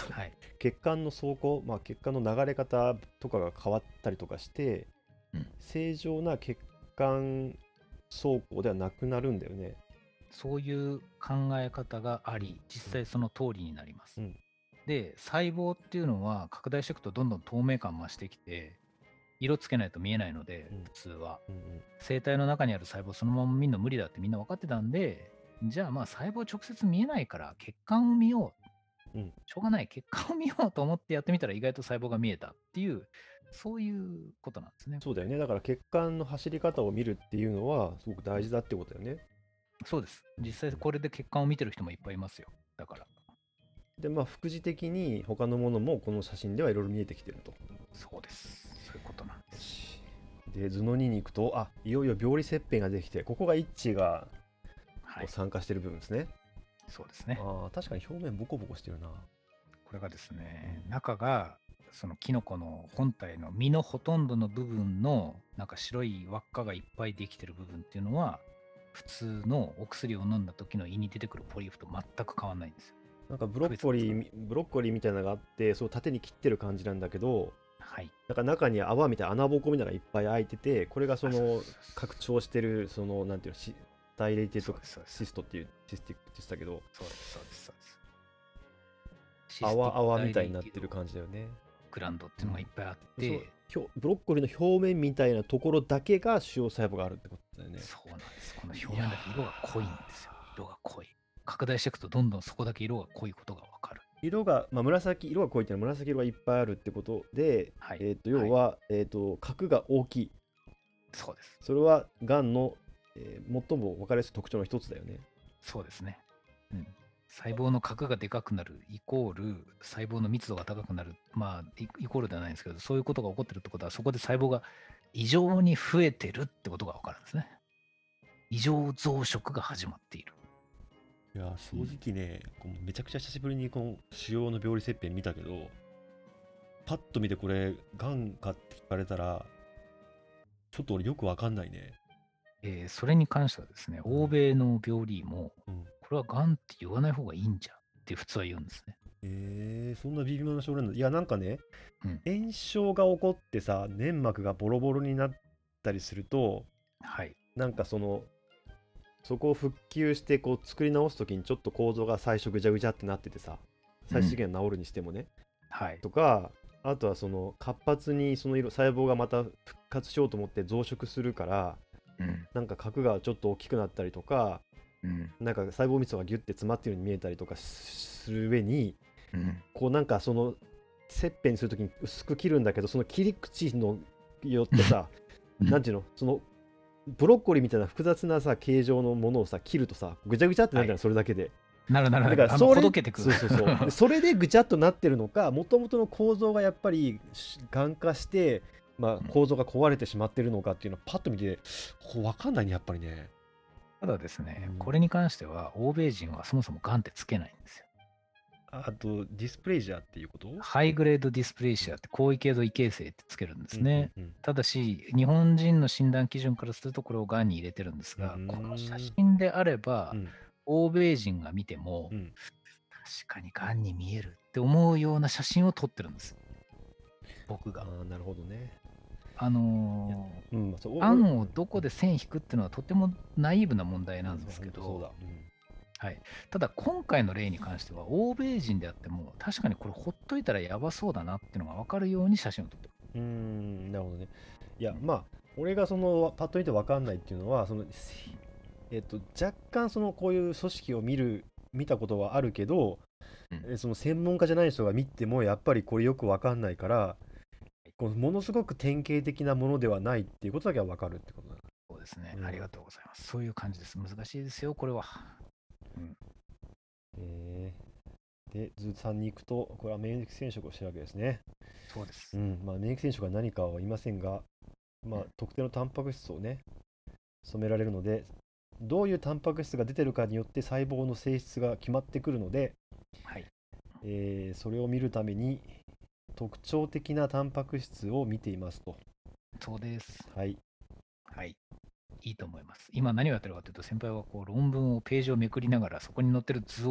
はい。 血管の走行、まあ、血管の流れ方とかが変わったりとかして、 うん。 正常な血管走行ではなくなるんだよね。 そういう考え方があうんり、実際その通りになります。 うんで、細胞っていうのは拡大していくとどんどん透明感増してきて、色つけないと見えないので、 うん普通は。 うんうん生体の中にある細胞そのまま見るの無理だってみんな分かってたんで、じゃあまあ細胞直接見えないから血管を見よう。 うんしょうがない。血管を見ようと思ってやってみたら意外と細胞が見えたっていう、そういうことなんですね。 そうだよね。だから血管の走り方を見るっていうのはすごく大事だってことだよね。 そうです。実際これで血管を見てる人もいっぱいいますよ。だから。 で、まあ、副次的に他のものもこの写真ではいろいろ見えてきてると。 そうです。そういうことなんです。 よし。で、図のにに行くと、あ、いよいよ病理切片ができて、ここがイッチがはい。 参加してる部分ですね。 そうですね。 ああ、確かに表面ボコボコしてるな。 これがですね、中が、そのキノコの本体の実のほとんどの部分の、なんか白い輪っかがいっぱいできてる部分っていうのは、普通のお薬を飲んだ時の胃に出てくるポリープと全く変わんないんですよ。 なんかブロッコリー、ブロッコリーみたいなのがあって、そう縦に切ってる感じなんだけど、 はい。 なんか中に泡みたいな穴ぼこみたいなのがいっぱい開いてて、これがそあそうのそうそう拡張してる、その、なんていうの、シダイレイテッドそうですそうですシストっていう、システィックって言ってたけど、 そうですそうですそうです。システィッ泡泡クダイレみたいになってるイティド感じだよね。 グランドっていうのがいっぱいあっでそのて、 表ブロッコリーの表面みたいなところだけが腫瘍細胞があるってことだよね。 そうなんです。この表面だけ色が濃いんですよ。色が濃い。拡大していくとどんどんそこだけ色が濃いことがわかる。 色が、まあ、紫色が濃いっていうのは紫色がいっぱいあるってことで、 はい。 えー、とはい、 要は、えー、と核が大きい。 そうです。 それはがんの、えー最も分かりやすい特徴の一つだよね。 そうですね。うん。細胞の核がでかくなるイコール細胞の密度が高くなる。まあ、イイコールではないんですけど、そういうことが起こってるってことは、そこで細胞が異常に増えてるってことがわかるんですね。異常増殖が始まっている。 いや正直ね、こうめちゃくちゃ久しぶりにこの腫瘍の病理切片見たけど、パッと見てこれがんかって聞かれたらちょっと俺よくわかんないね。 えーそれに関してはですね、欧米の病理医も、 うんこれはがんって言わない方がいいんじゃんって普通は言うんですね。 えー、そんな微妙な症例なんだ。いやなんかね、 うん。 炎症が起こってさ、粘膜がボロボロになったりすると、 はい。 なんかそのそこを復旧してこう作り直すときにちょっと構造が最初ぐちゃぐちゃってなっててさ、最終的には治るにしてもね、 はい。 とか、あとはその活発にその色細胞がまた復活しようと思って増殖するから、 うん。 なんか核がちょっと大きくなったりとか、 うん。 なんか細胞密度がギュッて詰まってるように見えたりとかする上に、 うん。 こうなんかその切片にするときに薄く切るんだけど、その切り口のよってさ、 うんなんていうの、そのブロッコリーみたいな複雑なさ形状のものをさ切るとさぐちゃぐちゃってなるじゃん、 はい。 それだけで。 なるなるなる。あの、 だからそれほどけてく。 そうそうそうでそれでぐちゃっとなってるのか、もともとの構造がやっぱりがん化して、まあ、構造が壊れてしまってるのかっていうのはパッと見てこう分かんないねやっぱりね。 ただですね、 うんこれに関しては、欧米人はそもそもがんってつけないんですよ。 あとディスプレイジャーっていうこと？ ハイグレードディスプレイシアって高位軽度異形成ってつけるんですね。 うんうんただし、日本人の診断基準からするとこれをがんに入れてるんですが、 うーんこの写真であれば、 うん欧米人が見ても、 うん確かにがんに見えるって思うような写真を撮ってるんです。僕が。 ああなるほどね。 あのーうんそうがんをどこで線引くっていうのはとてもナイーブな問題なんですけそうだど、はい、ただ今回の例に関しては欧米人であっても確かにこれほっといたらやばそうだなっていうのが分かるように写真を撮ってる。 うーんなるほどね。いやうんまあ俺がそのパッと見て分かんないっていうのはそのえっと、若干そのこういう組織を見る見たことはあるけど、 うんえその専門家じゃない人が見てもやっぱりこれよく分かんないから、このものすごく典型的なものではないっていうことだけは分かるってことだ。 そうですね、 うんありがとうございます。そういう感じです。難しいですよ、これは。うんえーで、図さんに行くと、これは免疫染色をしてるわけですね。 そうです。 うんまあ、免疫染色が何かは言いませんが、まあうん、 特定のタンパク質をね、染められるので、どういうタンパク質が出てるかによって細胞の性質が決まってくるので、 はい。 えーそれを見るために特徴的なタンパク質を見ていますと。 そうです。 はい。 はい。いいと思います。今何をやってるかというと、先輩はこう論文を、ページをめくりながら、そこに載ってる図を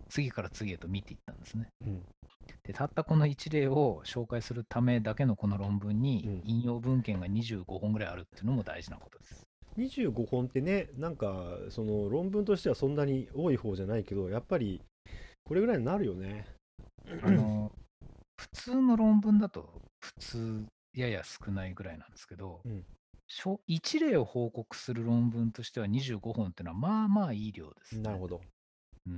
次から次へと見ていったんですね。 うんで、たったこの一例を紹介するためだけのこの論文うにん、 引用文献がにじゅうごほんぐらいあるっていうのも大事なことです。 にじゅうごほんってね、なんかその論文としてはそんなに多い方じゃないけど、やっぱりこれぐらいになるよね。 あの、普通の論文だと普通やや少ないぐらいなんですけど、 うん、 しょ一例を報告する論文としてはにじゅうごほんっていうのはまあまあいい量ですね。 なるほど。 うん。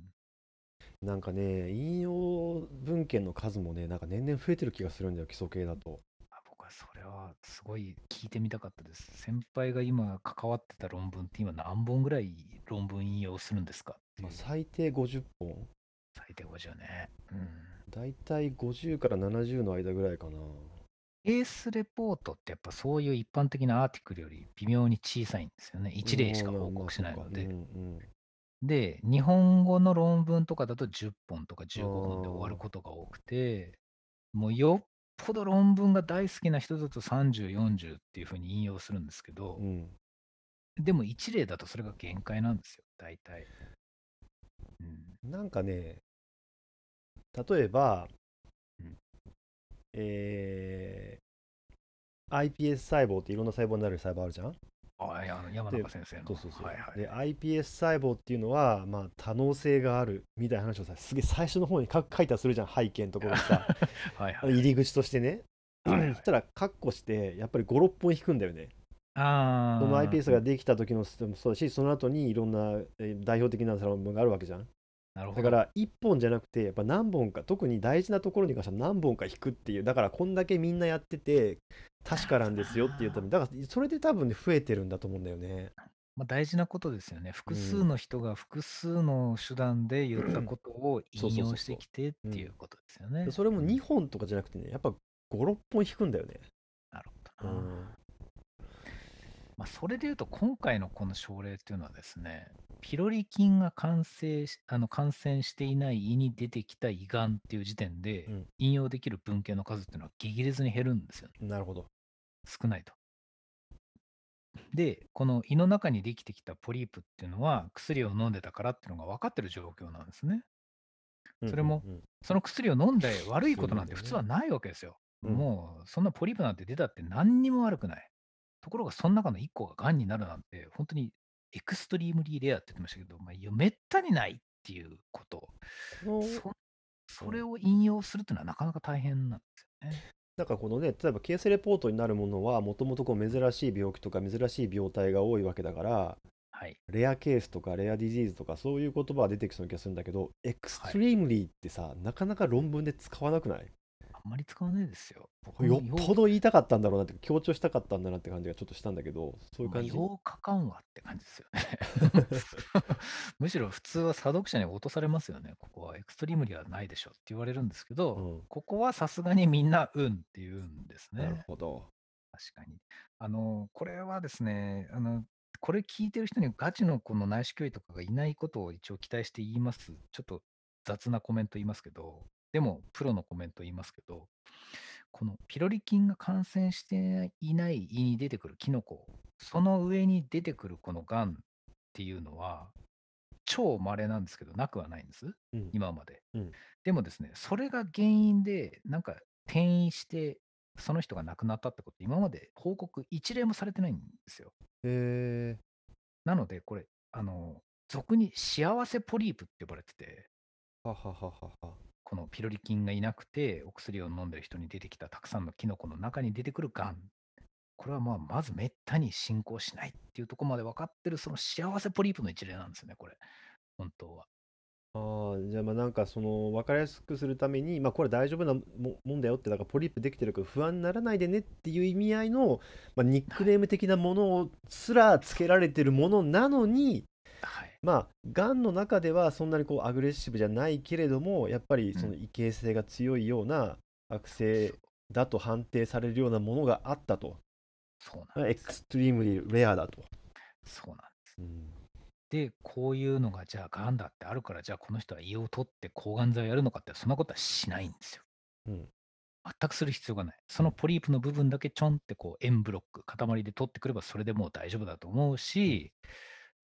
なんかね、引用文献の数もね、なんか年々増えてる気がするんだよ、基礎系だと。 あ僕はそれはすごい聞いてみたかったです。先輩が今関わってた論文って今何本ぐらい論文引用するんですかってまあ、 いう。 最低ごじゅっぽん。 最低ごじゅうね。うん。 だいたいごじゅうからななじゅうの間ぐらいかな。 ケースレポートってやっぱそういう一般的なアーティクルより微妙に小さいんですよね。 う一例しかん、まあ、 報告しまあそうか。うん、 ないので。 うん。 で、日本語の論文とかだとじゅっぽんとかあじゅうごほんで終わるあ、 ことが多くて、もうよっぽど論文が大好きな人だとさんじゅう、よんじゅうっていうふうに引用するんですけど、 うん。 でも一例だとそれが限界なんですよ、大体。うん。 なんかね、例えば、 うん、 えー アイピーエス 細胞っていろんな細胞になる細胞あるじゃん。 あ、いやあの山で、 中先生の。 そうそうそう。 はいはい。 で、アイピーエス 細胞っていうのは、まあ、多能性があるみたいな話をさ、すげえ最初の方に書書いたりするじゃん、背景のところにさ、 はいはいはい。 入り口としてね。 はいはい。 そしたら、カッコして、やっぱりご、ろっぽん引くんだよね。そのあアイピーエスー、 ができた時のもそうだし、その後にいろんなえー代表的な論文があるわけじゃん。 なるほど。 だからいっぽんじゃなくて、やっぱ何本か、特に大事なところに関しては何本か引くっていう、だからこんだけみんなやってて、確かなんですよっていうために、だからそれで多分ね増えてるんだと思うんだよね。 まあ、大事なことですよね。複数うん。 の人が複数の手段で言ったことをそう引用してそうそうそきてっう。うん。 ていうことですよね。 それもうん。 にほんとかじゃなくてね、やっぱご、ろっぽん引くんだよね。 なるほどな。 うん。 まあ、それで言うと、今回のこの症例っていうのはですね、ピロリ菌が感染しあの感染していない胃に出てきた胃がんっていう時点で、 う引用できる文献の数っていうのは激烈に減るんですよね。 ん。なるほど。 少ないと。で、この胃の中にできてきたポリープっていうのは、薬を飲んでたからっていうのが分かってる状況なんですね。 うんうそれも、 んうん。 その薬を飲んで悪いことなんて薬でね。 普通はないわけですよ。 うん。 もう、そんなポリープなんて出たって何にも悪くない。ところが、その中のいっこが癌になるなんて、本当にエクストリームリーレアって言ってましたけど、まあ、いやめったにないっていうこと。 この、 そそれうん。 を引用するっていうのはなかなか大変なんですよね。 なんかこのね、例えばケースレポートになるものは、もともとこう珍しい病気とか珍しい病態が多いわけだから、 はい。 レアケースとかレアディジーズとかそういう言葉が出てきそうな気がするんだけど、エクスはい。 トリームリーってさ、なかなか論文で使わなくない？ あんまり使わないですよ。僕よっもよぽど言いたかったんだろうなって、強調したかったんだなって感じがちょっとしたんだけど、そういうまあ、 感じ？ よう書かんわって感じですよね。むしろ普通は査読者に落とされますよね。ここはエクストリームリーはないでしょって言われるんですけど、 うん、 ここはさすがにみんな、うんって言うんですなるね。 ほど。 確かに。あの、これはですね、あの、これ聞いてる人にガチのこの内視鏡医とかがいないことを一応期待して言います。ちょっと雑なコメント言いますけど、でもプロのコメント言いますけど、このピロリ菌が感染していない胃に出てくるキノコ、その上に出てくるこのがんっていうのは、超稀なんですけど、なくはないんです。 うん、 今まで。 うん。 でもですね、それが原因で、なんか転移して、その人が亡くなったってこと、今まで報告一例もされてないんですよ。 へえなので、これ、あの、俗に幸せポリープって呼ばれてて、 ー、ははははは。 このピロリ菌がいなくて、お薬を飲んでる人に出てきたたくさんのキノコの中に出てくるがん。これはまあ、まずめったに進行しないっていうところまで分かってる、その幸せポリープの一例なんですよね、これ、本当は。 ああ、じゃあまあなんかその分かりやすくするために、まあこれ大丈夫なも、もんだよって、だからポリープできてるから不安にならないでねっていう意味合いの、まあ、ニックはい。 ネーム的なものをすらつそけられてるものなのに、 はい。 まあ、がんの中ではそんなにこうアグレッシブじゃないけれども、やっぱりうん。 その異形性が強いような悪性そう、 だと判定されるようなものがあったと。 そうなんエです。 クストリームリレアだと。 そうなんです。 うん。 で、こういうのがじゃあ、がんだってあるから、じゃあこの人は胃を取って抗がん剤をやるのかって、そんなことはしないんですよ。 うん。 全くする必要がない。そうん。 のポリープの部分だけちょんってこう円ブロック、塊で取ってくればそれでもう大丈夫だと思ううん。 し、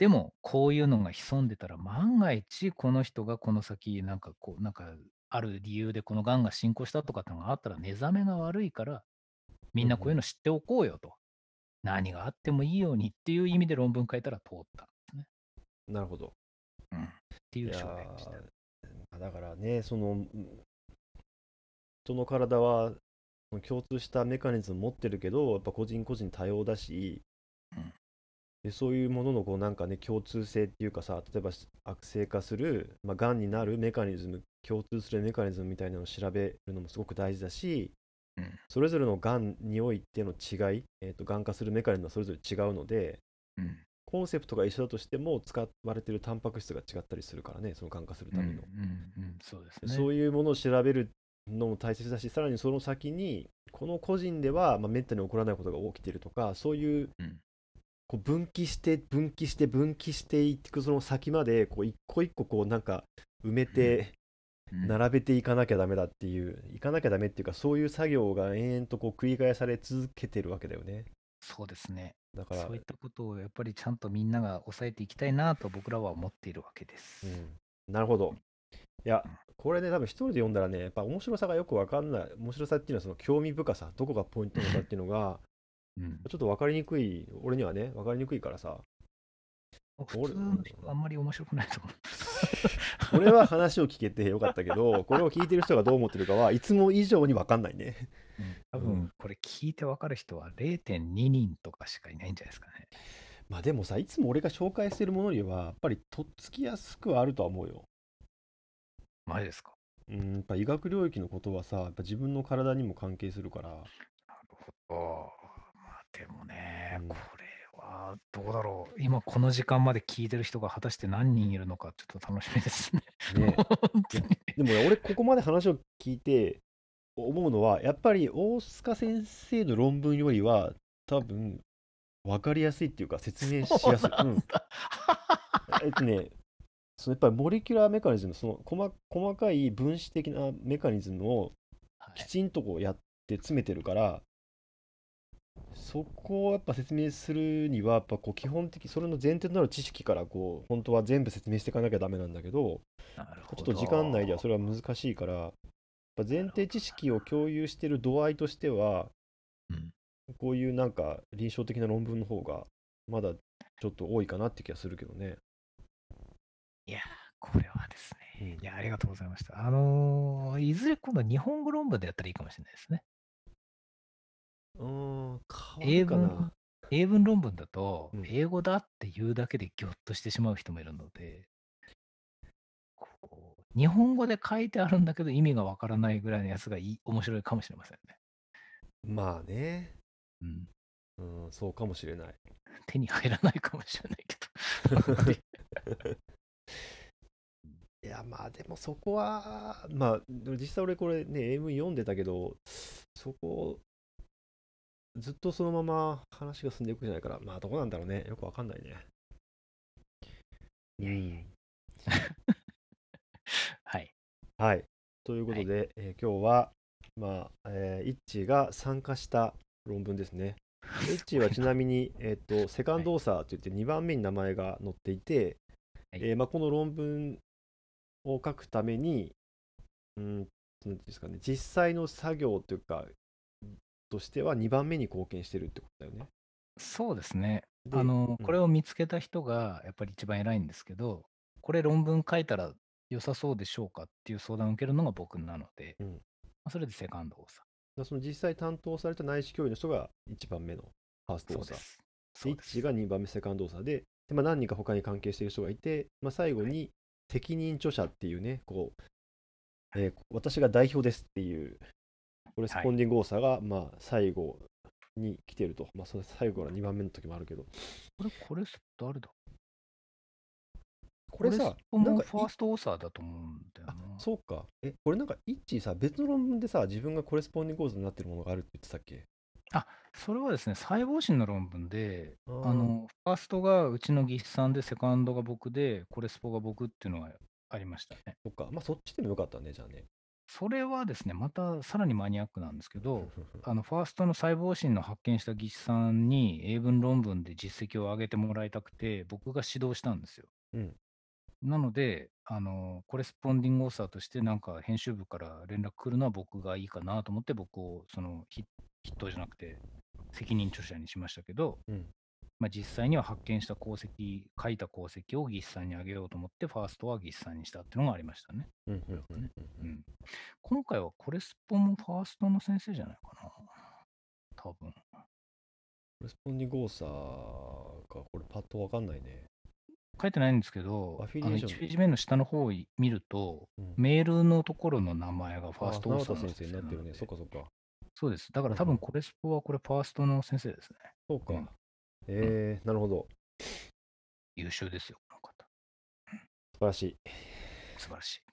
でも、こういうのが潜んでたら、万が一この人がこの先、なんかこう、なんか、ある理由でこの癌が進行したとかってのがあったら、目覚めが悪いから、みんなこういううんうの知っておこうよと。何があってもいいようにっていう意味で論文書いたら通ったんですね。 ん。なるほど。 うん。っていいやう症例でした。 ー、だからね、その、人の体は共通したメカニズム持ってるけど、やっぱ個人個人多様だし、 うん。 で、そういうもののこうなんかね、共通性っていうかさ、例えば悪性化する、まあ、がんになるメカニズム、共通するメカニズムみたいなのを調べるのもすごく大事だし、 うん。 それぞれのがんにおいての違い、えーと、がん化するメカニズムはそれぞれ違うので、 うん。 コンセプトが一緒だとしても使われているタンパク質が違ったりするからね、そのがん化するうん。うん。 ための。 うん。そうですね。 そういうものを調べるのも大切だし、さらにその先に、この個人では、まあ、めったに起こらないことが起きているとか、そういううん。 こう分岐して分岐して分岐していくその先までこう一個一個こうなんか埋めうん。 てうん。 並べていかなきゃダメだっていう、いかなきゃダメっていうか、そういう作業が延々とこう繰り返され続けてるわけだよね。 そうですね。 だから、 そういったことをやっぱりちゃんとみんなが抑えていきたいなと僕らは思っているわけです。 うん、なるほど。いや、 うん。 これね、多分一人で読んだらね、やっぱ面白さがよくわかんない、面白さっていうのはその興味深さ、どこがポイントなのかっていうのが、 うん。 ちょっと分かりにくい、俺にはね、分かりにくいからさ、俺、 普通の人あんまり面白くないと思う。 俺は話を聞けてよかったけど、これを聞いてる人がどう思ってるかはいつも以上に分かんないね。 うん、多うん。 分これ聞いてわかる人はれいてんににんとかしかいないんじゃないですかね。 まあでもさ、いつも俺が紹介してるものよりは、やっぱりとっつきやすくはあるとは思うよ。 マジですか。 うん、やっぱ医学領域のことはさ、やっぱ自分の体にも関係するから、 なるほど。まあでもね、こうん、 れはどうだろう。今この時間まで聞いてる人が果たして何人いるのかちょっと楽しみですね。 ね。 本いや、 当に。 でもね、俺ここまで話を聞いて思うのは、やっぱり大塚先生の論文よりは、多分分かりやすいっていうか、説明しそうやすい。うん。 なんだ。 えっとね、そのやっぱりモレキュラーメカニズム、その細細かい分子的なメカニズムをはい。 きちんとこうやって詰めてるから、そこをやっぱ説明するには、やっぱこう基本的、それの前提となる知識からこう、本当は全部説明していかなきゃダメなんだけど、 なるほちょっと時間内ではど。 それは難しいから、やっぱ前なるほど。 提知識を共有している度合いとしては、 うん。 こういうなんか臨床的な論文の方が、まだちょっと多いかなって気がするけどね。 いやー、これはですね。 うん。 いや、ありがとうございました。あのーいずれ今度日本語論文でやったらいいかもしれないですね。 うーん、変わる英かな。 文、英文論文だと、 うん。 英語だって言うだけでギョッとしてしまう人もいるので、こう日本語で書いてあるんだけど意味がわからないぐらいのやつがいい面白いかもしれませんね。 まあね。 うん。 うん、そうかもしれない。 手に入らないかもしれないけど、あんまり。 いや、まあでもそこは、まあ、でも実際俺これね、英文読んでたけど、そこ、ずっとそのまま話が進んでいくんじゃないから、まあどこなんだろうね。よくわかんないね。ういやいん。 や。はい。 はい。というこはい。 とで、えー今日は、まあ、えー、イッチーが参加した論文ですね。でイッすチーはちなごいな。 みに、えっと、セカはい。 ンドオーサーといってにばんめに名前が載っていて、 はい。 えーまあ、この論文を書くために、うん、なんていうんですかね、実際の作業というか、としてはにばんめに貢献してるってことだよね。 そうですね。あで、 の、 うん、 これを見つけた人がやっぱり一番偉いんですけど、これ論文書いたら良さそうでしょうかっていう相談を受けるのが僕なので、 うん。 まあ、それでセカンドオーサだその実際担当された内視鏡医の人がいちばんめのファースー。 トオーサー。 そうです。 で、イッそうです。 チがにばんめセカンドオーサーで、でまあ、何人か他に関係している人がいて、まあ、最後はい。 に責任著者っていうね、こう、えー私が代表ですっていうコレスはい。 ポンディングオーサーが、まあ、最後に来てると。まあ、それ最後からにばんめの時もあるけど、 これ、コレスポ誰だコレスこれさ、 ポもなんかい、 ファーストオーサーだと思うんだよあ、 な。 そうか。え、これなんか、イッチさ、別の論文でさ、自分がコレスポンディングオーサーになってるものがあるって言ってたっけ？ あ、それはですね、細胞診の論文で、 あー、 あの、ファーストがうちの技師さんで、セカンドが僕で、コレスポが僕っていうのがありましたね。 そっか。まあ、そっちでもよかったね、じゃあね。 それはですね、またさらにマニアックなんですけど、あのファーストの細胞診の発見した技師さんに英文論文で実績を上げてもらいたくて、僕が指導したんですよ。 うんなので、あのコレスポンディングオーサーとして、なんか編集部から連絡来るのは僕がいいかなと思って、僕をその筆筆頭じゃなくて、責任著者にしましたけど、 うんまあ、実際には発見した功績、書いた功績を技師さんにあげようと思って、ファーストは技師さんにしたっていうのがありましたね。 うんうんこれはね。 うんうんうん。今回はコレスポもファーストの先生じゃないかな。多分。 コレスポンディングオーサーがこれパッとわかんないね。 書いてないんですけど、あのアフィリエーションいちページ目の下の方を見ると、 うんメールのところの名前がファーああ、 ストオーサーの先直田先生になってるね。 生なので、 そっかそっか。 そうです。だから多うんうん分コレスポはこれファーストの先生ですね。 そうか。 うんえー、なるほど。 優秀ですよ、この方。 素晴らしい。 素晴らしい。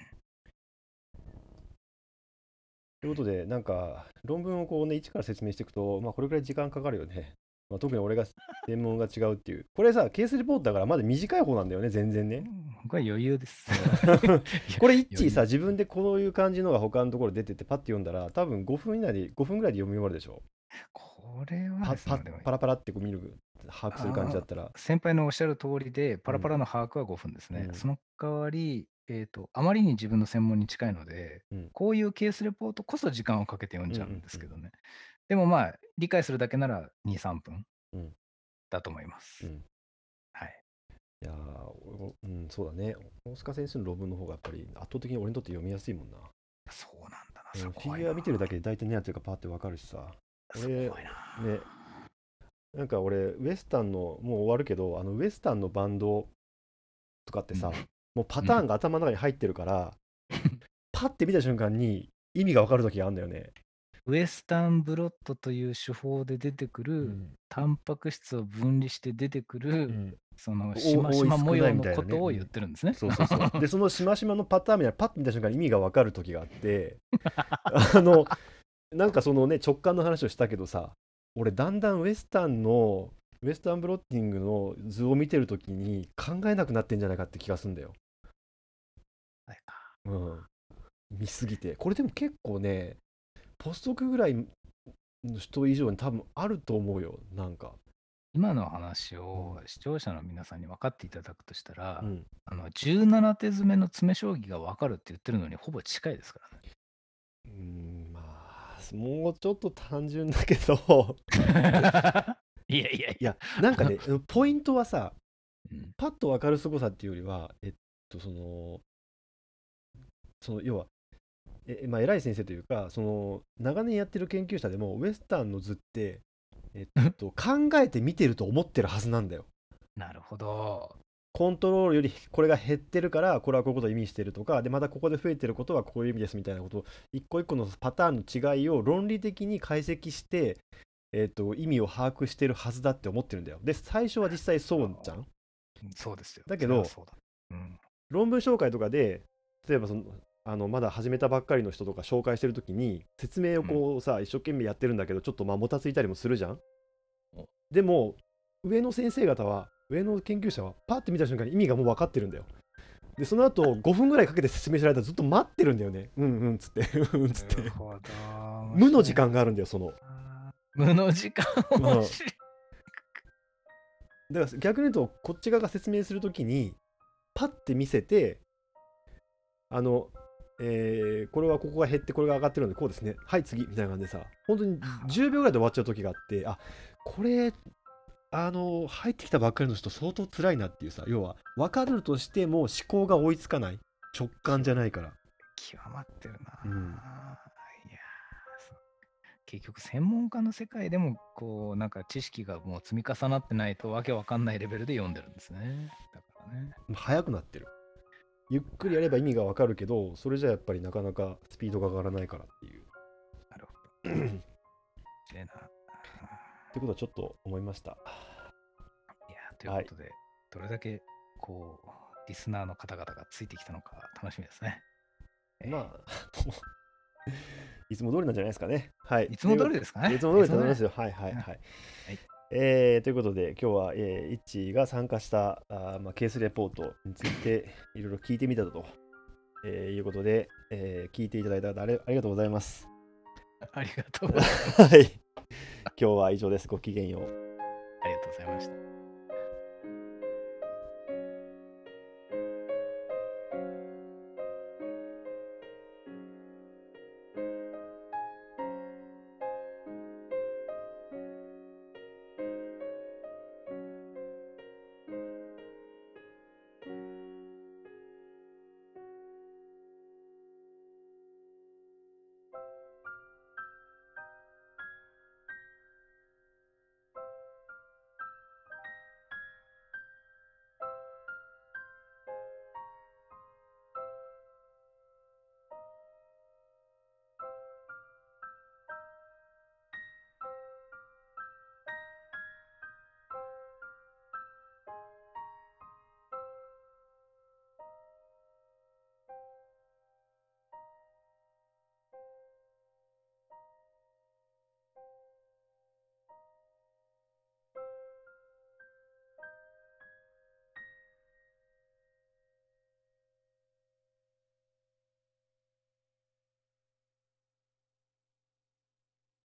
ということで、なんか、論文をこうね、一から説明していくと、まあ、これくらい時間かかるよね。まあ、特に俺が専門が違うっていう。これさ、ケースレポートだからまだ短い方なんだよね、全然ね。 これ余裕です。 これ一致さ、 余裕自分でこういう感じのが他のところ出てて、パッて読んだら、多分ごふん以内で、ごふんぐらいで読み終わるでしょ。 これはパパですね、でもパラパラってこう見る、把握する感じだったら。 先輩のおっしゃる通りで、パラパうんラの把握はごふんですね。 うんその代わり、えーと、あまりに自分の専門に近いので、 うんこういうケースレポートこそ時間をかけて読んじゃうんうんうんですけどね。でもまあ、理解するだけならに、さんぷんうんだと思います。 うんはい。 いやーおうん、そうだね。大塚先生の論文の方がやっぱり圧倒的に俺にとって読みやすいもんな。 そうなんだな、 うん、 それ怖いな。 フィギュア見てるだけで大体何やってるかパッてわかるしさ。 そ俺れ怖いな。 ね、なんか俺、ウエスタンの、もう終わるけど、あのウエスタンのバンドとかってさ、 うんもうパターンが頭の中に入ってるから、パッて見た瞬間に意味がわかる時があるんだよね。 ウエスタンブロットという手法で出てくる、 うんタンパク質を分離して出てくる、 うんそのおしまし多いま模様の少ないみたいなねことを言ってるんですね。 そうそうそう。で、そのしましまのパターンみたいなパッて見た瞬間に意味がわかる時があって、あの、なんかそのね、直感の話をしたけどさ、俺だんだんウエスタンの、ウエスタンブロッティングの図を見てるときに考えなくなってんじゃないかって気がするんだよ。 はいかうん。見すぎて。これでも結構ね、ポストクぐらいの人以上に多分あると思うよ。なんか。 今の話うをん。 視聴者の皆さんに分かっていただくとしたら、 うん。 あのじゅうなな手詰めの詰将棋が分かるって言ってるのにほぼ近いですからね。 うーん、まあ、もうちょっと単純だけど、 いやいやいいや、なんかね、ポイントはさ、 うんパッと分かる凄さっていうよりは、えっと、その、その要は、えまあ、偉い先生というか、その長年やってる研究者でも、ウエスタンの図って、えっと、考えて見てると思ってるはずなんだよ。 なるほど。 コントロールよりこれが減ってるから、これはこういうことを意味してるとか、で、またここで増えてることはこういう意味ですみたいなことを、一個一個のパターンの違いを論理的に解析して、えっと、意味を把握してるはずだって思ってるんだよ。で、最初は実際そうじゃん。 そうですよ。 だけどそれはそうだ。うん、 論文紹介とかで、例えばその、あのまだ始めたばっかりの人とか紹介してるときに、説明をこうさ、一生懸命やってるんだけど、ちょっとまあもたついたりもするじゃん。でも、上の先生方は、上の研究者は、パッて見た瞬間に意味がもう分かってるんだよ。で、その後、ごふんぐらいかけて説明されたらずっと待ってるんだよね。うんうんっつって、うんっつって。 なるほど。 無の時間があるんだよ、その。 無の時間面白い。 だから逆に言うと、こっち側が説明するときに、パッて見せて、あの、えーこれはここが減ってこれが上がってるのでこうですね、はい次みたいな感じでさ、本当にじゅうびょうぐらいで終わっちゃう時があって、あ、これあの入ってきたばっかりの人相当辛いなっていうさ、要は分かるとしても思考が追いつかない、直感じゃないから。 極まってるな。 うんいやそう結局専門家の世界でもこうなんか知識がもう積み重なってないとわけわかんないレベルで読んでるんですね。だからね。 早くなってる。ゆっくりやれば意味が分かるけど、それじゃやっぱりなかなかスピードが上がらないからっていう。 なるほど。面白いな。 ってことはちょっと思いました。 いや、ということで、どれだけこう、リスナーの方々がついてきたのか楽しみですね。 まあ、いつも通りなんじゃないですかね。はい。 いつも通りですかね。 いつも通りだと思いますよ。はいはいはい。 はいえーということで、今日は、えー、イッチーが参加したあー、まあ、ケースレポートについていろいろ聞いてみたとえーいうことで、えー聞いていただいた方ありありがとうございます。 ありがとうございます。 はい。今日は以上です。ごきげんよう。 ありがとうございました。